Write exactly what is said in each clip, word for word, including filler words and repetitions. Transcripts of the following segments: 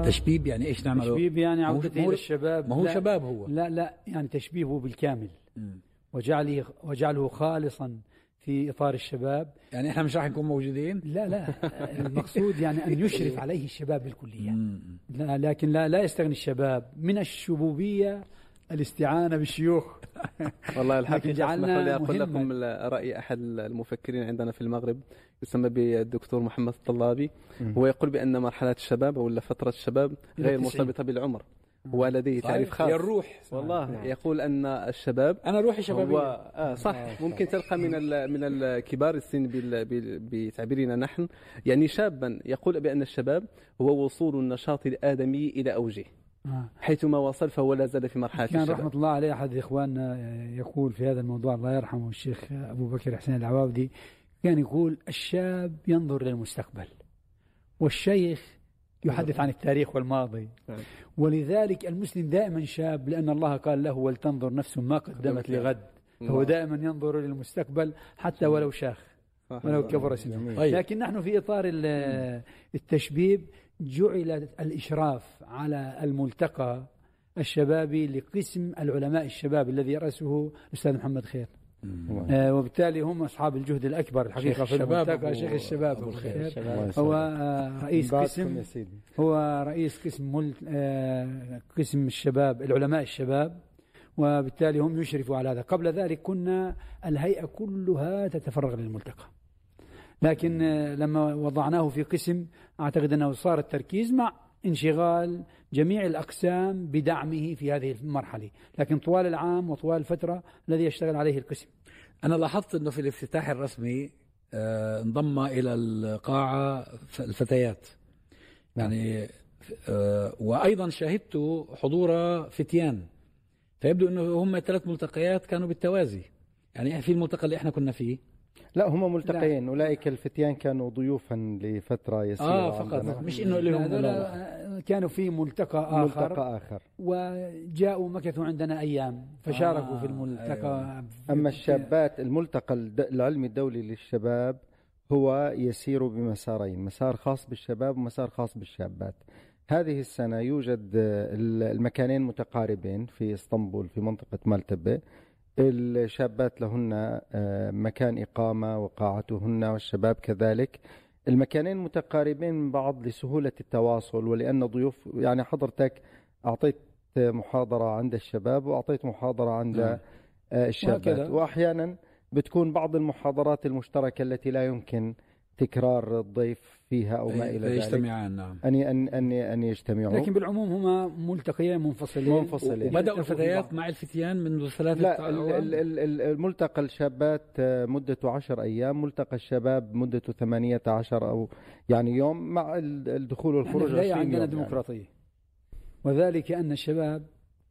آه. تشبيب يعني ايش نعمله؟ تشبيب يعني عودته الى الشباب. ما هو لا شباب هو. لا لا يعني تشبيبه بالكامل م. وجعله وجعله خالصا في اطار الشباب. يعني احنا مش راح نكون موجودين؟ لا لا المقصود يعني ان يشرف عليه الشباب بالكليه. لا لكن لا لا يستغني الشباب من الشبوبيه الاستعانة بالشيوخ. والله الحقيقة اسمحوا لي أقول لكم رأي أحد المفكرين عندنا في المغرب يسمى بالدكتور محمد الطلابي. هو يقول بأن مرحلة الشباب ولا فترة الشباب غير مرتبطة بالعمر، هو لديه تعريف خاص. هي الروح والله نعم. يقول أن الشباب أنا روحي شبابية. آه صح آه ممكن تلقى من من الكبار السن بتعبيرنا نحن يعني شابا يقول بأن الشباب هو وصول النشاط الآدمي إلى أوجه. آه. حيثما وصل فهو لا زال في مرحلة كان الشباب. رحمة الله عليه أحد إخواننا يقول في هذا الموضوع الله يرحمه الشيخ أبو بكر حسين العواودي، كان يقول الشاب ينظر للمستقبل والشيخ يحدث عن التاريخ والماضي. ولذلك المسلم دائما شاب، لأن الله قال له ولتنظر نفس ما قدمت لغد، فهو دائما ينظر للمستقبل حتى ولو شاخ ولو كبر سنه. لكن نحن في إطار التشبيب جعل الإشراف على الملتقى الشبابي لقسم العلماء الشباب الذي يرأسه الأستاذ محمد خير. آه وبالتالي هم أصحاب الجهد الأكبر الحقيقة في الملتقى. شيخ الشباب أبو الخير هو آه رئيس قسم هو رئيس قسم مل... آه قسم الشباب العلماء الشباب، وبالتالي هم يشرفوا على هذا. قبل ذلك كنا الهيئة كلها تتفرغ للملتقى، لكن لما وضعناه في قسم أعتقد أنه صار التركيز مع انشغال جميع الأقسام بدعمه في هذه المرحلة، لكن طوال العام وطوال الفترة الذي يشتغل عليه القسم. أنا لاحظت أنه في الافتتاح الرسمي آه انضم إلى القاعة الفتيات يعني آه وأيضا شاهدت حضور فتيان، فيبدو أنه هم ثلاث ملتقيات كانوا بالتوازي. يعني في الملتقى اللي احنا كنا فيه لا هم ملتقيين، أولئك الفتيان كانوا ضيوفا لفترة يسيرة آه فقط مش إنه لهم لا لا كانوا في ملتقى آخر, ملتقى آخر وجاءوا مكثوا عندنا أيام فشاركوا آه في الملتقى. أيوة. أما الشابات الملتقى العلمي الدولي للشباب هو يسير بمسارين، مسار خاص بالشباب ومسار خاص بالشابات. هذه السنة يوجد المكانين متقاربين في اسطنبول في منطقة مالتبة، الشابات لهن مكان إقامة وقاعتهن والشباب كذلك. المكانين متقاربين من بعض لسهولة التواصل، ولأن ضيوف يعني حضرتك أعطيت محاضرة عند الشباب وأعطيت محاضرة عند الشابات، وأحيانا بتكون بعض المحاضرات المشتركة التي لا يمكن تكرار الضيف فيها أو ما إلى ذلك يجتمعان. نعم. أن أن أن أن يجتمعوا، لكن بالعموم هما ملتقيين منفصلين منفصلين. وبدأوا الفتيات مع الفتيان منذ ثلاثة لا الملتقى الشابات مدته عشر أيام، ملتقى الشباب مدته ثمانية عشر أو يعني يوم مع الدخول والخروج. يعني عندنا ديمقراطية يعني. وذلك أن الشباب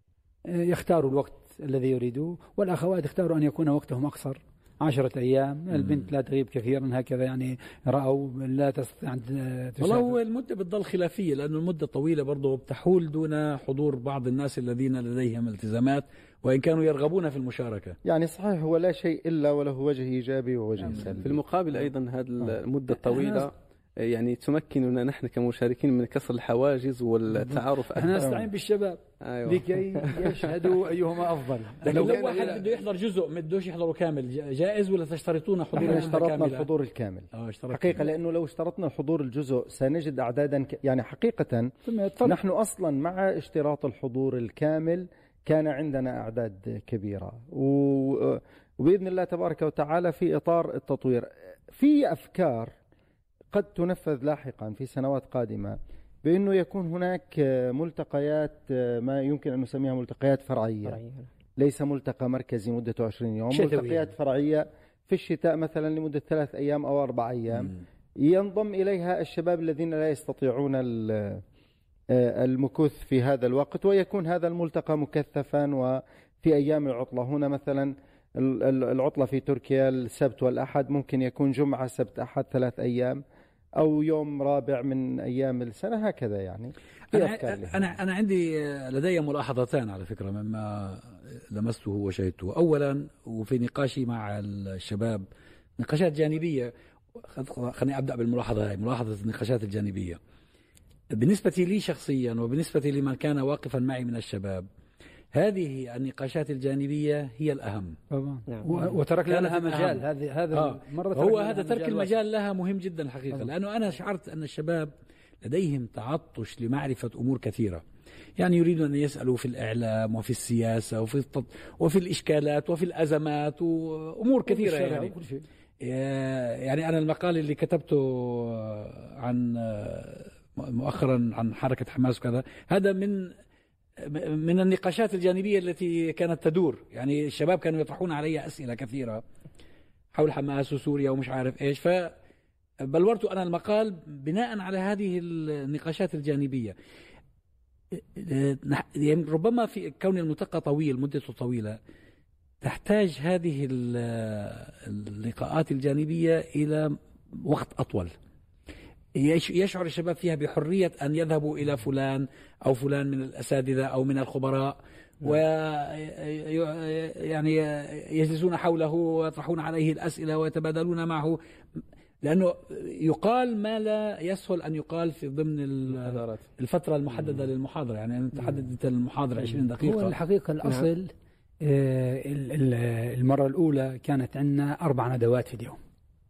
يختاروا الوقت الذي يريدوه، والأخوات اختاروا أن يكون وقتهم أقصر عشرة أيام. البنت لا تغيب كثيرا هكذا يعني رأوا لا تستطيع أن والله هو المدة بتضل خلافية، لأنه المدة طويلة برضه بتحول دون حضور بعض الناس الذين لديهم التزامات وإن كانوا يرغبون في المشاركة. يعني صحيح هو لا شيء إلا وله وجه إيجابي ووجه سلبي. في المقابل أيضا هذه المدة الطويلة يعني تمكننا نحن كمشاركين من كسر الحواجز والتعارف. احنا نستعين بالشباب أيوة. لكي يشهدوا أيهما أفضل. لو واحد بده يحضر جزء ما بدوش يحضره كامل جائز ولا تشترطون حضور كامل؟ اشترطنا الحضور الكامل آه حقيقة، لأنه لو اشترطنا الحضور الجزء سنجد أعدادا ك... يعني حقيقة نحن أصلا مع اشتراط الحضور الكامل كان عندنا أعداد كبيرة و... وبإذن الله تبارك وتعالى في إطار التطوير في أفكار قد تنفذ لاحقا في سنوات قادمة، بأنه يكون هناك ملتقيات ما يمكن أن نسميها ملتقيات فرعية, فرعية. ليس ملتقى مركزي مدته عشرين يوم، ملتقيات فرعية في الشتاء مثلا لمدة ثلاث أيام أو أربع أيام م. ينضم إليها الشباب الذين لا يستطيعون المكوث في هذا الوقت، ويكون هذا الملتقى مكثفا. وفي أيام العطلة هنا مثلا العطلة في تركيا السبت والأحد ممكن يكون جمعة سبت أحد ثلاث أيام أو يوم رابع من أيام السنة هكذا. يعني أنا, أنا, أنا عندي لدي ملاحظتان على فكرة مما لمسته وشاهدته. أولا وفي نقاشي مع الشباب نقاشات جانبية، خليني أبدأ بالملاحظة هاي، ملاحظة النقاشات الجانبية. بالنسبة لي شخصيا وبالنسبة لمن كان واقفا معي من الشباب، هذه النقاشات الجانبية هي الأهم طبعا. نعم. وتركنا لها مجال. هذه هذا آه. هو هذا ترك المجال لها مهم جدا الحقيقة طبعا. لأنه أنا شعرت أن الشباب لديهم تعطش لمعرفة أمور كثيرة، يعني يريدون أن يسألوا في الإعلام وفي السياسة وفي التط... وفي الإشكالات وفي الأزمات وأمور كثيرة يعني. يعني أنا المقال اللي كتبته عن مؤخرا عن حركة حماس وكذا، هذا من من النقاشات الجانبية التي كانت تدور، يعني الشباب كانوا يطرحون علي أسئلة كثيرة حول حماس وسوريا ومش عارف إيش، فبلورت أنا المقال بناء على هذه النقاشات الجانبية. يعني ربما في كون الملتقى طويل مدته طويلة تحتاج هذه اللقاءات الجانبية إلى وقت أطول، يشعر الشباب فيها بحرية أن يذهبوا إلى فلان أو فلان من الأساتذة أو من الخبراء ويعني يجلسون حوله ويطرحون عليه الأسئلة ويتبادلون معه، لأنه يقال ما لا يسهل أن يقال في ضمن الفترة المحددة للمحاضرة. يعني أنت تحددت المحاضرة عشرين دقيقة. هو الحقيقة الأصل المرة الأولى كانت عندنا أربع ندوات في اليوم.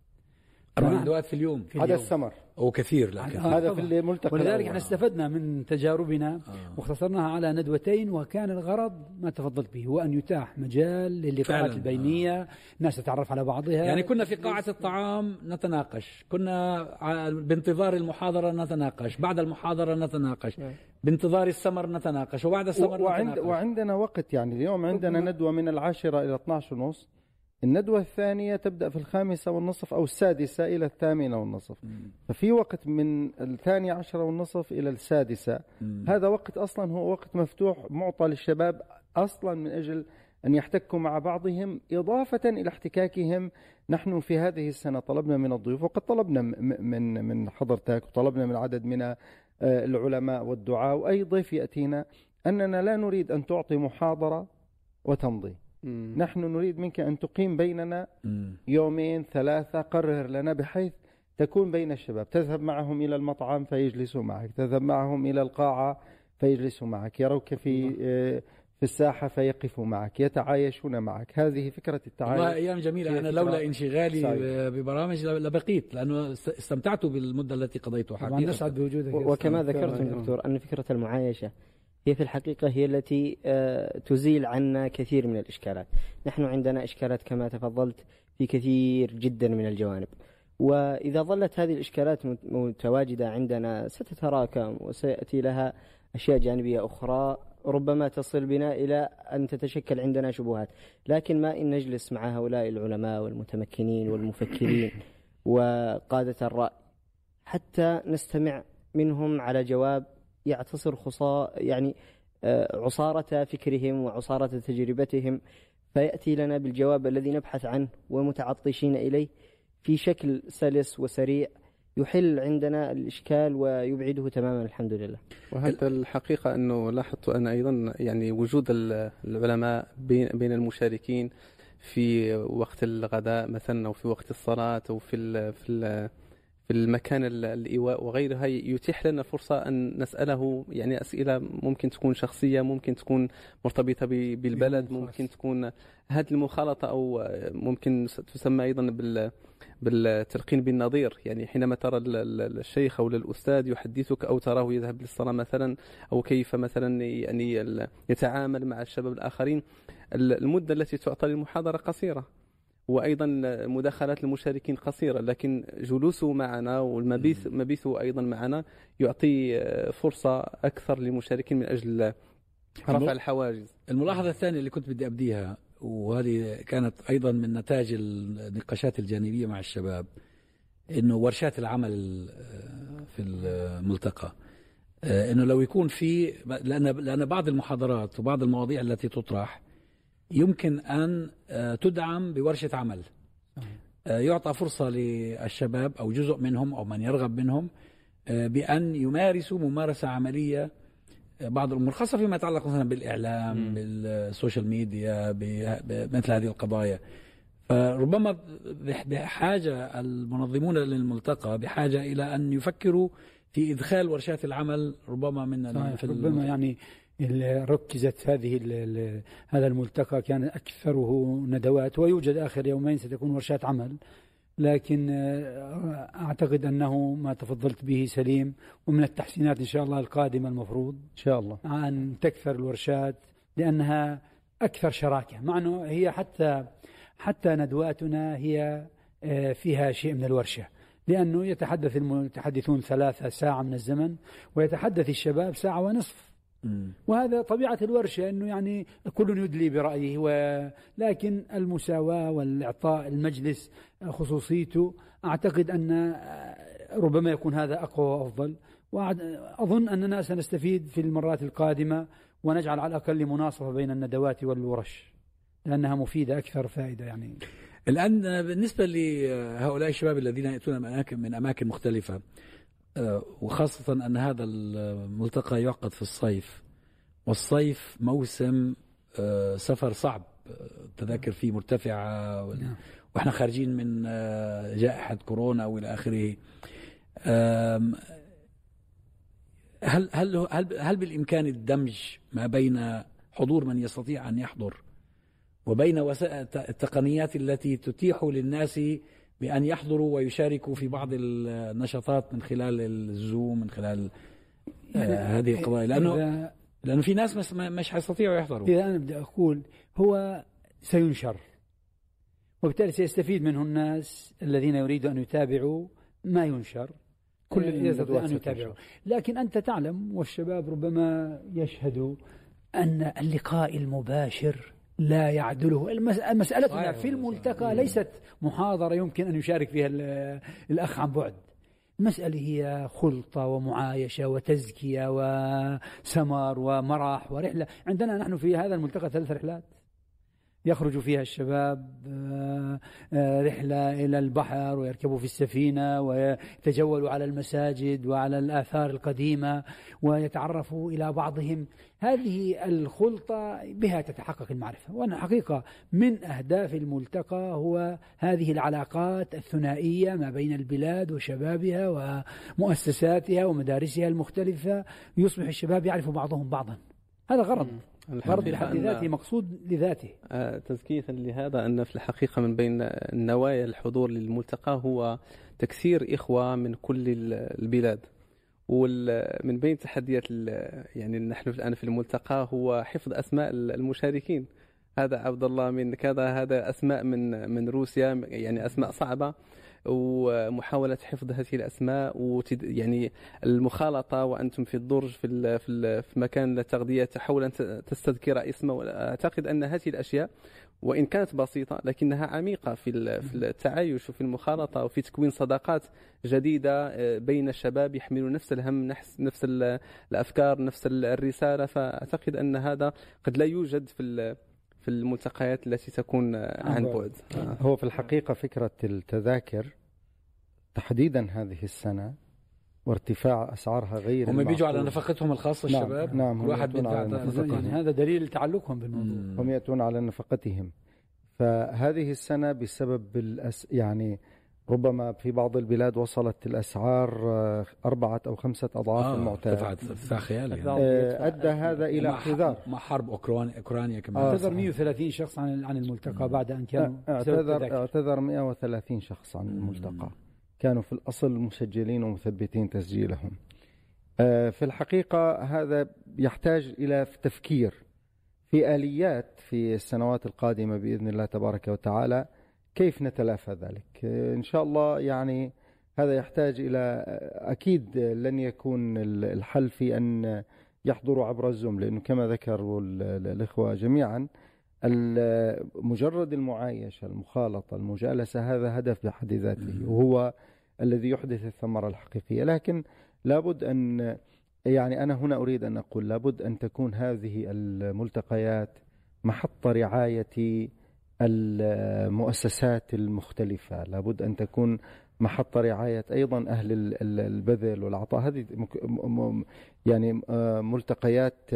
أربع ندوات في اليوم. هذا السمر أو كثير لكن هذا في الملتقى. ولذلك احنا استفدنا من تجاربنا آه. واختصرناها على ندوتين، وكان الغرض ما تفضلت به هو أن يتاح مجال للقاءات البينية، الناس آه. تتعرف على بعضها. يعني كنا في قاعة الطعام نتناقش، كنا بانتظار المحاضرة نتناقش، بعد المحاضرة نتناقش، بانتظار السمر نتناقش، وبعد السمر وعند نتناقش. وعندنا وقت، يعني اليوم عندنا ندوة من العاشرة إلى اثناشر ونص، الندوة الثانية تبدأ في الخامسة والنصف أو السادسة إلى الثامنة والنصف. مم. ففي وقت من الثانية عشرة والنصف إلى السادسة. مم. هذا وقت أصلا هو وقت مفتوح معطى للشباب أصلا من أجل أن يحتكوا مع بعضهم، إضافة إلى احتكاكهم. نحن في هذه السنة طلبنا من الضيوف، وقد طلبنا من من حضرتك وطلبنا من عدد من العلماء والدعاء وأي ضيف يأتينا، أننا لا نريد أن تعطي محاضرة وتمضي. مم. نحن نريد منك أن تقيم بيننا مم. يومين ثلاثة، قرر لنا بحيث تكون بين الشباب، تذهب معهم إلى المطعم فيجلسوا معك، تذهب معهم إلى القاعة فيجلسوا معك، يروك في في الساحة فيقفوا معك، يتعايشون معك. هذه فكرة التعايش. والله أيام جميلة. أنا لولا انشغالي صحيح. ببرامج لبقيت، لأنه استمتعت بالمدة التي قضيتها حقيقة. نسعد بوجودك. وكما ذكرتم دكتور أن فكرة المعايشة هي في الحقيقة هي التي تزيل عنا كثير من الإشكالات. نحن عندنا إشكالات كما تفضلت في كثير جدا من الجوانب، وإذا ظلت هذه الإشكالات متواجدة عندنا ستتراكم وسيأتي لها أشياء جانبية أخرى ربما تصل بنا إلى أن تتشكل عندنا شبهات. لكن ما إن نجلس مع هؤلاء العلماء والمتمكنين والمفكرين وقادة الرأي حتى نستمع منهم على جواب يعتصر خصا يعني عصارة فكرهم وعصارة تجربتهم، فيأتي لنا بالجواب الذي نبحث عنه ومتعطشين إليه في شكل سلس وسريع يحل عندنا الإشكال ويبعده تماما الحمد لله. وهذا الحقيقة أنه لاحظت أنا أيضا يعني وجود العلماء بين المشاركين في وقت الغداء مثلا أو في وقت الصلاة أو في ال في ال في المكان الإيواء وغيرها، يتيح لنا فرصة أن نسأله يعني أسئلة ممكن تكون شخصية، ممكن تكون مرتبطة بالبلد، ممكن تكون هذه المخالطة أو ممكن تسمى أيضا بال بالتلقين بالنظير. يعني حينما ترى الشيخ أو الأستاذ يحدثك أو تراه يذهب للصلاة مثلا أو كيف مثلا يعني يتعامل مع الشباب الآخرين، المدة التي تعطى للمحاضرة قصيرة، وأيضا مداخلات المشاركين قصيرة، لكن جلوسه معنا والمبيث مبيثه أيضا معنا يعطي فرصة أكثر للمشاركين من أجل رفع الحواجز. الملاحظة الثانية اللي كنت بدي أبديها، وهذه كانت أيضا من نتاج النقاشات الجانبية مع الشباب، إنه ورشات العمل في الملتقى، إنه لو يكون في لأن لأن بعض المحاضرات وبعض المواضيع التي تطرح يمكن أن تدعم بورشة عمل، يعطى فرصة للشباب أو جزء منهم أو من يرغب منهم بأن يمارسوا ممارسة عملية بعض الأمور، خاصة فيما يتعلق مثلا بالإعلام م. بالسوشيال ميديا، بمثل هذه القضايا. فربما بحاجة المنظمون للملتقى بحاجة إلى أن يفكروا في إدخال ورشات العمل ربما من في ربما يعني ركزت هذه ال ال هذا الملتقى كان أكثره ندوات، ويوجد آخر يومين ستكون ورشات عمل، لكن أعتقد أنه ما تفضلت به سليم، ومن التحسينات إن شاء الله القادمة المفروض إن شاء الله أن تكثر الورشات لأنها أكثر شراكة، مع أنه هي حتى حتى ندواتنا هي فيها شيء من الورشة، لأنه يتحدث المتحدثون ثلاثة ساعة من الزمن ويتحدث الشباب ساعة ونصف، وهذا طبيعة الورشة، أنه يعني كل يدلي برأيه، ولكن المساواة والإعطاء المجلس خصوصيته أعتقد أن ربما يكون هذا أقوى وأفضل، وأظن أننا سنستفيد في المرات القادمة ونجعل على الأقل مناصفة بين الندوات والورش لأنها مفيدة أكثر فائدة. يعني الآن بالنسبة لهؤلاء الشباب الذين يأتون من أماكن, من أماكن مختلفة، وخاصة أن هذا الملتقى يعقد في الصيف، والصيف موسم سفر صعب، التذاكر فيه مرتفعة، وإحنا خارجين من جائحة كورونا وإلى آخره. هل هل هل هل بالإمكان الدمج ما بين حضور من يستطيع أن يحضر وبين وسائل التقنيات التي تتيح للناس بأن يحضروا ويشاركوا في بعض النشاطات من خلال الزوم، من خلال آه هذه القضايا، لأنه لأنه في ناس مش حيستطيعوا يحضروا. إذا أنا بدي أقول هو سينشر، وبالتالي سيستفيد منه الناس الذين يريدوا أن يتابعوا ما ينشر، كل يستطيع أن يتابعوا. لكن أنت تعلم والشباب ربما يشهدوا أن اللقاء المباشر لا يعدله. مسألتنا في الملتقى ليست محاضرة يمكن أن يشارك فيها الأخ عن بعد، المسألة هي خلطة ومعايشة وتزكية وسمر ومرح ورحلة. عندنا نحن في هذا الملتقى ثلاث رحلات يخرج فيها الشباب، رحلة إلى البحر ويركبوا في السفينة ويتجولوا على المساجد وعلى الآثار القديمة ويتعرفوا إلى بعضهم. هذه الخلطة بها تتحقق المعرفة، وأنا حقيقة من أهداف الملتقى هو هذه العلاقات الثنائية ما بين البلاد وشبابها ومؤسساتها ومدارسها المختلفة، يصبح الشباب يعرف بعضهم بعضا. هذا غرض غرض بحد ذاته، مقصود لذاته. آه تزكية لهذا أن في الحقيقة من بين النوايا الحضور للملتقى هو تكثير إخوة من كل البلاد، ومن بين تحديات يعني نحن الآن في الملتقى هو حفظ أسماء المشاركين. هذا عبد الله من كذا، هذا أسماء من من روسيا، يعني أسماء صعبة، ومحاولة حفظ هذه الأسماء وتد يعني المخالطة وأنتم في الدرج في في في مكان التغذية تحاول أن تستذكر اسمه. أعتقد أن هذه الأشياء وإن كانت بسيطة لكنها عميقة في في التعايش وفي المخالطة وفي تكوين صداقات جديدة بين الشباب يحملون نفس الهم، نفس الأفكار، نفس الرسالة. فأعتقد أن هذا قد لا يوجد في في الملتقيات التي تكون عن بعد. هو في الحقيقة فكرة التذاكر تحديدا هذه السنة وارتفاع أسعارها غير هم بيجوا على نفقتهم الخاصة الشباب. نعم, نعم واحد يعني هذا دليل تعلقهم بالموضوع. هم يأتون على نفقتهم. فهذه السنة بسبب الأس يعني ربما في بعض البلاد وصلت الأسعار أربعة أو خمسة أضعاف آه المعتاد. ارتفاع خيالي. أدى هذا إلى اعتذار مع حرب أوكرانيا أوكرانيا كمان. اعتذر مئة وثلاثين شخص عن عن الملتقى بعد أن كانوا اعتذر اعتذر مئة وثلاثين شخص عن الملتقى، كانوا في الأصل مسجلين ومثبتين تسجيلهم. في الحقيقة هذا يحتاج إلى تفكير في آليات في السنوات القادمة بإذن الله تبارك وتعالى كيف نتلافى ذلك إن شاء الله. يعني هذا يحتاج إلى أكيد لن يكون الحل في أن يحضروا عبر الزوم، لأنه كما ذكروا الإخوة جميعا مجرد المعايشة، المخالطة، المجالسة، هذا هدف بحد ذاته وهو الذي يحدث الثمرة الحقيقية. لكن لابد أن يعني أنا هنا أريد أن أقول لابد أن تكون هذه الملتقيات محط رعاية المؤسسات المختلفة، لابد أن تكون محط رعاية أيضا أهل البذل والعطاء. هذه يعني ملتقيات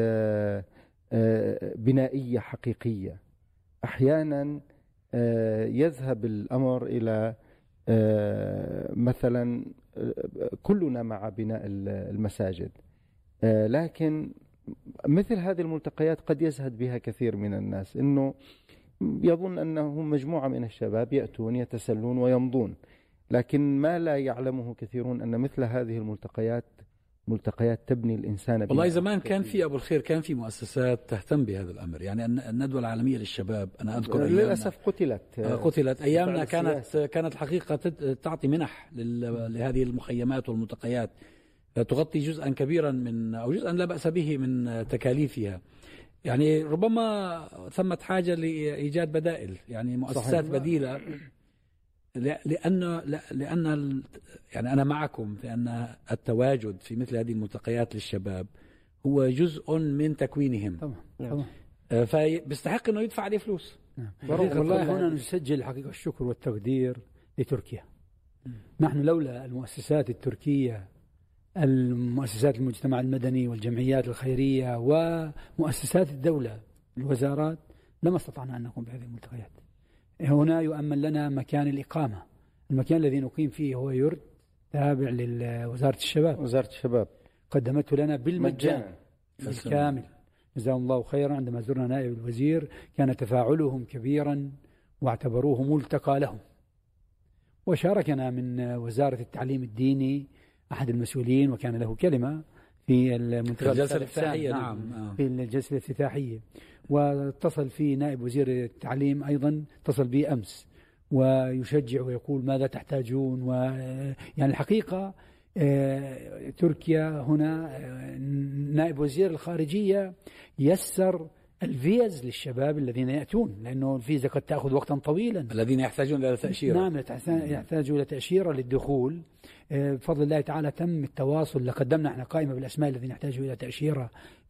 بنائية حقيقية. أحيانا يذهب الأمر إلى مثلا كلنا مع بناء المساجد، لكن مثل هذه الملتقيات قد يزهد بها كثير من الناس، إنه يظن أنهم مجموعة من الشباب يأتون يتسلون ويمضون، لكن ما لا يعلمه كثيرون أن مثل هذه الملتقيات ملتقيات تبني الإنسان. والله زمان كان في أبو الخير كان في مؤسسات تهتم بهذا الأمر، يعني الندوة العالمية للشباب أنا أذكر للأسف قتلت قتلت أيامنا، كانت كانت الحقيقة تعطي منح لهذه المخيمات والملتقيات تغطي جزءا كبيرا من أو جزءا لا بأس به من تكاليفها. يعني ربما ثمت حاجة لإيجاد بدائل، يعني مؤسسات صحيح. بديلة، لأن لأن يعني أنا معكم في أن التواجد في مثل هذه الملتقيات للشباب هو جزء من تكوينهم طبعا، فبيستحق أنه يدفع عليه فلوس. نعم. والله هنا نسجل حقيقة الشكر والتقدير لتركيا. نحن لولا المؤسسات التركية، المؤسسات المجتمع المدني والجمعيات الخيرية ومؤسسات الدولة الوزارات لما استطعنا أن نقوم بهذه الملتقيات. هنا يؤمن لنا مكان الإقامة، المكان الذي نقيم فيه هو يرد تابع لوزارة الشباب، وزارة الشباب قدمته لنا بالمجان بالكامل، جزاهم الله خيرا. عندما زرنا نائب الوزير كان تفاعلهم كبيرا واعتبروه ملتقى لهم. وشاركنا من وزارة التعليم الديني أحد المسؤولين وكان له كلمة في الجلسة الافتتاحية. نعم في الجلسة الافتتاحية. واتصل في نائب وزير التعليم أيضا، اتصل بي أمس ويشجع ويقول ماذا تحتاجون. ويعني الحقيقة تركيا هنا نائب وزير الخارجية يسر الفيز للشباب الذين يأتون، لأنه الفيزا قد تأخذ وقتا طويلا، الذين يحتاجون إلى تأشيرة. نعم يحتاجون إلى تأشيرة للدخول. بفضل الله تعالى تم التواصل، لقدمنا احنا قائمة بالأسماء الذين يحتاجوا إلى تأشيرة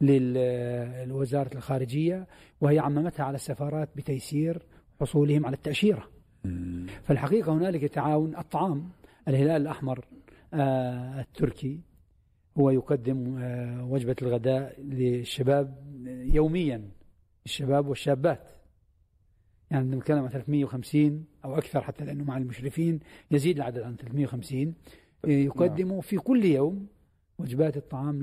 للوزارة الخارجية، وهي عممتها على السفارات بتيسير حصولهم على التأشيرة. مم. فالحقيقة هنالك تعاون. الطعام، الهلال الأحمر آه التركي هو يقدم آه وجبة الغداء للشباب يوميا، الشباب والشابات، يعني نتكلم عن ثلاثمئة وخمسين أو أكثر حتى، لأنه مع المشرفين يزيد العدد عن ثلاثمئة وخمسين. يقدموا في كل يوم وجبات الطعام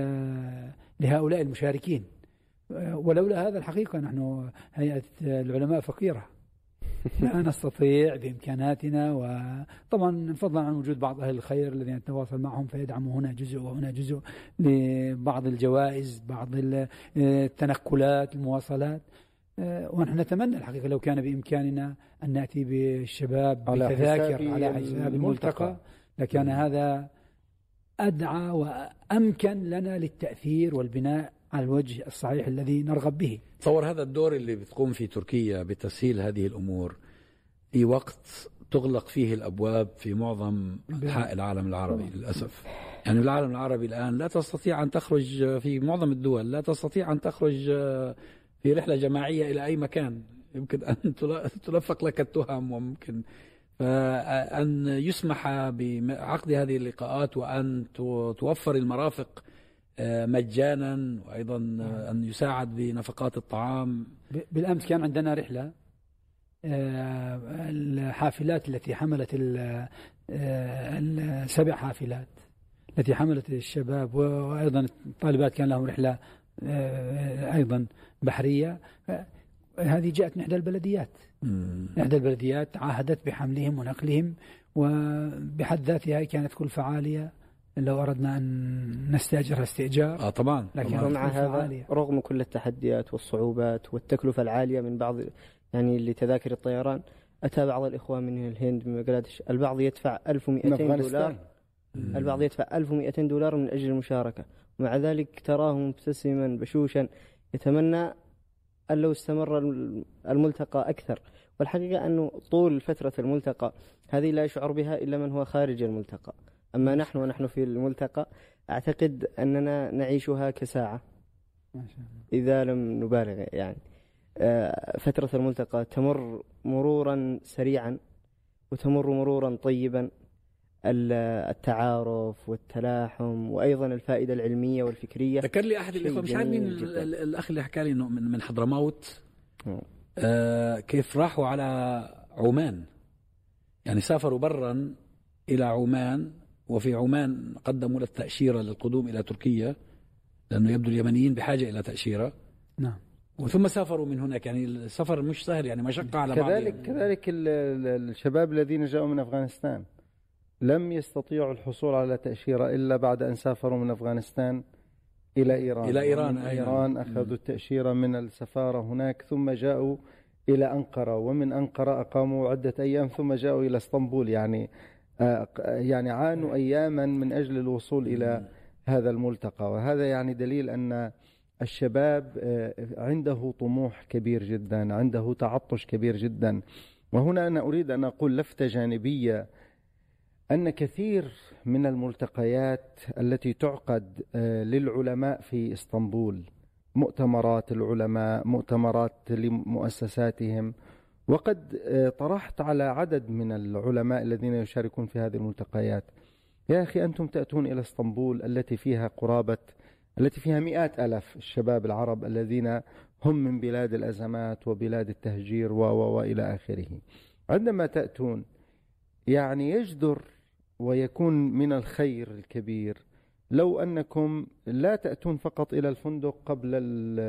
لهؤلاء المشاركين. ولولا هذا الحقيقة نحن هيئة العلماء فقيرة، لا نستطيع بإمكاناتنا، وطبعا فضلا عن وجود بعض أهل الخير الذين نتواصل معهم فيدعموا هنا جزء وهنا جزء لبعض الجوائز، بعض التنقلات، المواصلات. ونحن نتمنى الحقيقة لو كان بإمكاننا أن نأتي بالشباب بتذاكر على حساب الملتقى لكان هذا أدعى وأمكن لنا للتأثير والبناء على الوجه الصحيح الذي نرغب به. تصور هذا الدور اللي بتقوم في تركيا بتسهيل هذه الأمور في وقت تغلق فيه الأبواب في معظم أنحاء العالم العربي للأسف. يعني العالم العربي الآن لا تستطيع أن تخرج، في معظم الدول لا تستطيع أن تخرج في رحلة جماعية إلى أي مكان، يمكن أن تلفق لك التهم، وممكن أن يسمح بعقد هذه اللقاءات وأن توفر المرافق مجانا، وأيضا أن يساعد بنفقات الطعام. بالأمس كان عندنا رحلة، الحافلات التي حملت السبع حافلات التي حملت الشباب وأيضا الطالبات كان لهم رحلة أيضا بحرية، هذه جاءت من إحدى البلديات. إحدى البلديات عاهدت بحملهم ونقلهم، وبحد ذاتها كانت كلفة عالية لو أردنا أن نستأجرها استئجار. آه طبعا. لكن مع هذا رغم كل التحديات والصعوبات والتكلفة العالية من بعض يعني لتذاكر الطيران، أتى بعض الإخوان من الهند من بنغلاديش، البعض يدفع ألف ومئتين دولار، البعض يدفع ألف ومئتين دولار من أجل المشاركة، ومع ذلك تراه مبتسما بشوشا يتمنى أن لو استمر الملتقى أكثر. والحقيقة أنه طول فترة الملتقى هذه لا يشعر بها إلا من هو خارج الملتقى، أما نحن ونحن في الملتقى أعتقد أننا نعيشها كساعة إذا لم نبالغ. يعني فترة الملتقى تمر مرورا سريعا وتمر مرورا طيبا، التعارف والتلاحم وأيضا الفائدة العلمية والفكرية. ذكر لي أحد الإخوة، مش عارف مين الأخ اللي حكى لي إنه من حضرموت، آه كيف راحوا على عمان، يعني سافروا برا إلى عمان، وفي عمان قدموا للتأشيرة للقدوم إلى تركيا، لأنه يبدو اليمنيين بحاجة إلى تأشيرة. نعم. وثم سافروا من هناك، يعني السفر مش سهل، يعني مشقة على بعض. كذلك يعني. كذلك الشباب الذين جاءوا من أفغانستان لم يستطيعوا الحصول على تأشيرة إلا بعد أن سافروا من أفغانستان إلى إيران. إلى إيران أيضا. إيران أخذوا التأشيرة من السفارة هناك، ثم جاءوا إلى أنقرة، ومن أنقرة أقاموا عدة أيام، ثم جاءوا إلى اسطنبول. يعني يعني عانوا أياما من أجل الوصول إلى هذا الملتقى. وهذا يعني دليل أن الشباب عنده طموح كبير جدا، عنده تعطش كبير جدا. وهنا أنا أريد أن أقول لفتة جانبية، أن كثير من الملتقيات التي تعقد للعلماء في اسطنبول، مؤتمرات العلماء، مؤتمرات لمؤسساتهم، وقد طرحت على عدد من العلماء الذين يشاركون في هذه الملتقيات: يا أخي أنتم تأتون إلى اسطنبول التي فيها قرابة التي فيها مئات ألاف الشباب العرب الذين هم من بلاد الأزمات وبلاد التهجير و وإلى آخره. عندما تأتون يعني يجدر ويكون من الخير الكبير لو أنكم لا تأتون فقط إلى الفندق قبل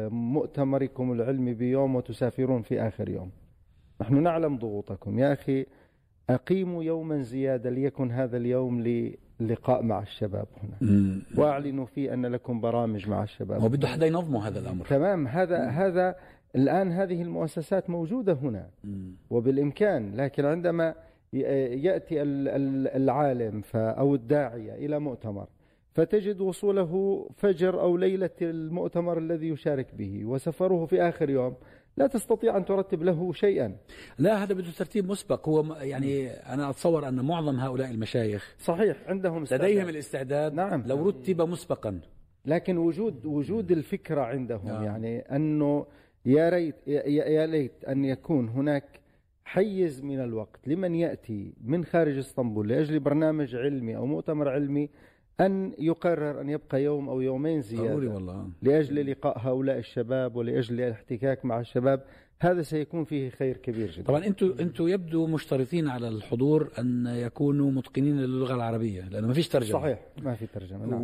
مؤتمركم العلمي بيوم وتسافرون في آخر يوم. نحن نعلم ضغوطكم، يا أخي أقيموا يوما زيادة ليكن هذا اليوم للقاء مع الشباب هنا، وأعلنوا فيه أن لكم برامج مع الشباب. هو بده حدا ينظموا هذا الأمر. تمام. هذا مم. هذا الآن هذه المؤسسات موجودة هنا مم. وبالإمكان، لكن عندما يأتي العالم أو الداعية إلى مؤتمر فتجد وصوله فجر أو ليلة المؤتمر الذي يشارك به وسفره في آخر يوم، لا تستطيع أن ترتب له شيئا. لا، هذا بده ترتيب مسبق. هو يعني أنا أتصور أن معظم هؤلاء المشايخ صحيح عندهم استعداد. لديهم الاستعداد. نعم. لو رتب مسبقا، لكن وجود وجود الفكرة عندهم. نعم. يعني أنه يا ريت يا ليت أن يكون هناك حيز من الوقت لمن يأتي من خارج اسطنبول لأجل برنامج علمي أو مؤتمر علمي، أن يقرر أن يبقى يوم أو يومين زيادة والله. لأجل لقاء هؤلاء الشباب ولأجل الاحتكاك مع الشباب. هذا سيكون فيه خير كبير جدا. طبعا أنتم أنتم يبدو مشترطين على الحضور أن يكونوا متقنين للغة العربية، لأنه ما فيش ترجمة. صحيح، ما في ترجمة. نعم.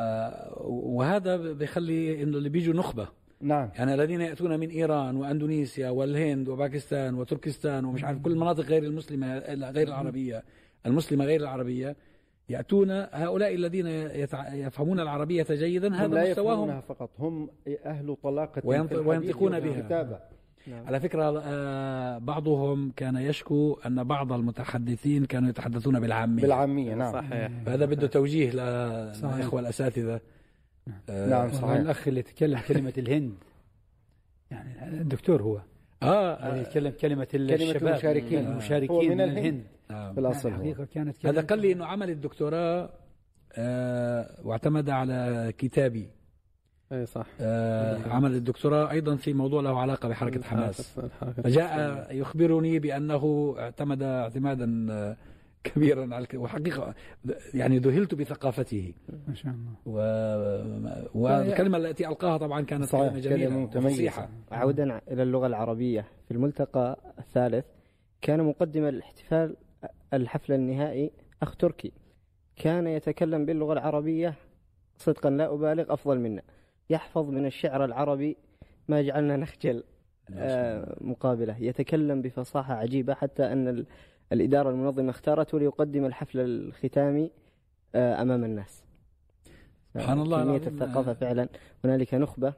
وهذا بيخلي إنه اللي بيجوا نخبة. نعم. يعني الذين يأتون من إيران وأندونيسيا والهند وباكستان وتركستان ومش عارف كل المناطق غير المسلمة غير العربية المسلمة غير العربية، يأتون هؤلاء الذين يتع... يفهمون العربية جيدا. هذا لا مستواهم يفهمونها فقط، هم أهل طلاقة وينط... وينطقون بها. الكتابة. نعم. على فكرة بعضهم كان يشكو أن بعض المتحدثين كانوا يتحدثون بالعامية. بالعامية. نعم. صحيح. فهذا بده توجيه للإخوة الأساتذة. نعم. صحيح. الأخ اللي تكلم كلمة الهند، يعني الدكتور هو آه يتكلم كلمة كلمة الشباب المشاركين. المشاركين من الهند, الهند. آه. في الأصل حقيقة كانت هذا قال لي إنه عمل الدكتوراه آه واعتمد على كتابي. اي صح. آه عمل الدكتوراه أيضا في موضوع له علاقة بحركة حماس، فجاء يخبرني بأنه اعتمد اعتمادا كبيرا على وحقيقة يعني ذهلت بثقافته ما شاء الله. و... والكلمة التي ألقاها طبعا كانت كلمة جميلة وفصيحة. عودا إلى اللغة العربية، في الملتقى الثالث كان مقدم الاحتفال الحفل النهائي أخ تركي، كان يتكلم باللغة العربية صدقا لا أبالغ أفضل منا، يحفظ من الشعر العربي ما جعلنا نخجل آه مقابله، يتكلم بفصاحة عجيبة حتى أن الإدارة المنظمة اختارته ليقدم الحفل الختامي آه أمام الناس. سبحان الله. كمية الثقافة فعلا. هنالك نخبة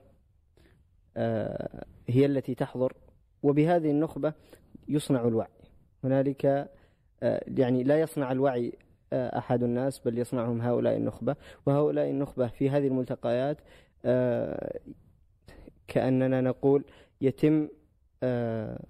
آه هي التي تحضر، وبهذه النخبة يصنع الوعي. هنالك آه يعني لا يصنع الوعي آه أحد الناس، بل يصنعهم هؤلاء النخبة، وهؤلاء النخبة في هذه الملتقيات آه كأننا نقول يتم آه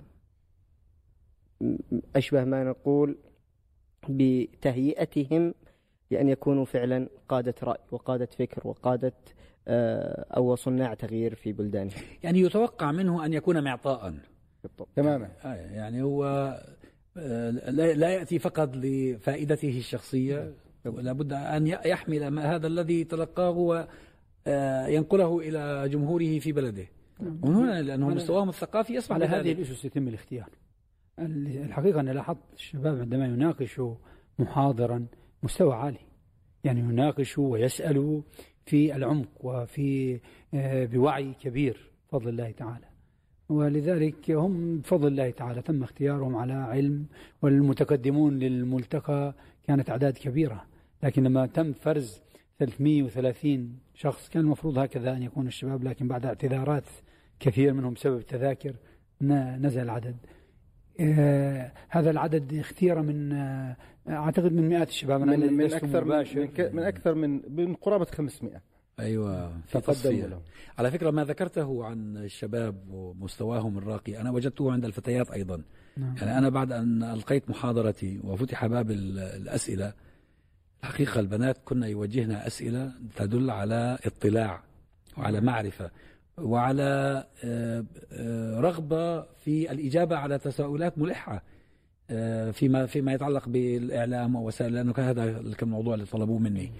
أشبه ما نقول بتهيئتهم لأن يكونوا فعلا قادة رأي وقادة فكر وقادة آه أو صناع تغيير في بلدانهم. يعني يتوقع منه أن يكون معطاء. تماما. يعني هو لا يأتي فقط لفائدته الشخصية، ولا بد أن يحمل هذا الذي تلقاه وينقله إلى جمهوره في بلده. ومن هنا لأنه مستواهم الثقافي يصبح على هذه الأسس يتم الاختيار. الحقيقة أنا لاحظت الشباب عندما يناقشوا محاضرا مستوى عالي، يعني يناقشوا ويسألوا في العمق وفي بوعي كبير بفضل الله تعالى، ولذلك هم بفضل الله تعالى تم اختيارهم على علم، والمتقدمون للملتقى كانت أعداد كبيرة، لكن لما تم فرز ثلاثمئة وثلاثين شخص كان المفروض هكذا أن يكون الشباب، لكن بعد اعتذارات كثير منهم بسبب تذاكر نزل العدد. آه هذا العدد اختير من آه أعتقد من مئات الشباب، من, من, من أكثر من, من أكثر من من قرابة خمسمئة. أيوة في تصفية. على فكرة ما ذكرته عن الشباب ومستواهم الراقي أنا وجدته عند الفتيات أيضا. نعم. يعني أنا بعد أن ألقيت محاضرتي وفتح باب الأسئلة، الحقيقة البنات كنا يوجهنا أسئلة تدل على اطلاع وعلى معرفة وعلى رغبة في الإجابة على تساؤلات ملحة فيما فيما يتعلق بالإعلام ووسائل، لأنه كان هذا الموضوع اللي طلبوه مني.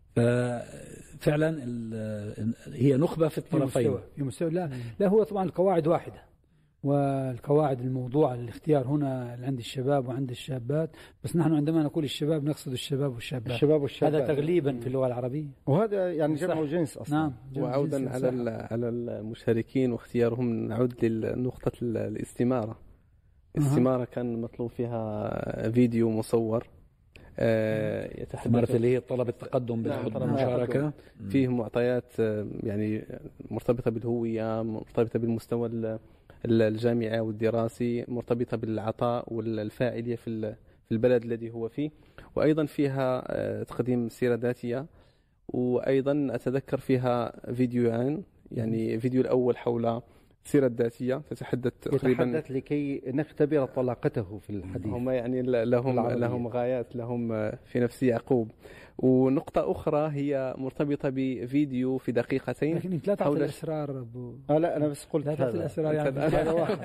ففعلا هي نخبة في الطرفين. في مستوى لا لا هو طبعا القواعد واحدة، والقواعد الموضوع الاختيار هنا عند الشباب وعند الشابات، بس نحن عندما نقول الشباب نقصد الشباب والشابات، الشباب والشابات هذا تغليبا في اللغة العربية، وهذا يعني جمع وجنس أصلا. نعم. وعودا على على المشاركين واختيارهم، نعود لنقطة الاستمارة. الاستمارة أه. كان مطلوب فيها فيديو مصور يتحدث اللي هي طلب التقدم بالمشاركة، فيه معطيات يعني مرتبطة بالهوية، مرتبطة بالمستوى الجامعي والدراسي، مرتبطة بالعطاء والفاعلية في البلد الذي هو فيه، وأيضا فيها تقديم سيرة ذاتية، وأيضا أتذكر فيها فيديوهان، يعني فيديو الأول حول السيرة الذاتية تتحدث تقريبا يتحدث لكي نختبر طلاقته في الحديث. هم يعني لهم العربية. لهم غايات، لهم في نفس يعقوب. ونقطة أخرى هي مرتبطة بفيديو في دقيقتين. لكن لا تعطي الأسرار أبو. آه لا أنا بس قلت لا تعطي الأسرار يعني هذا واحد.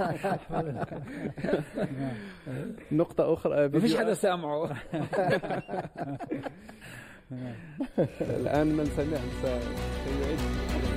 نقطة أخرى ما فيش حدا سامعه. الآن من سمع سيعيد.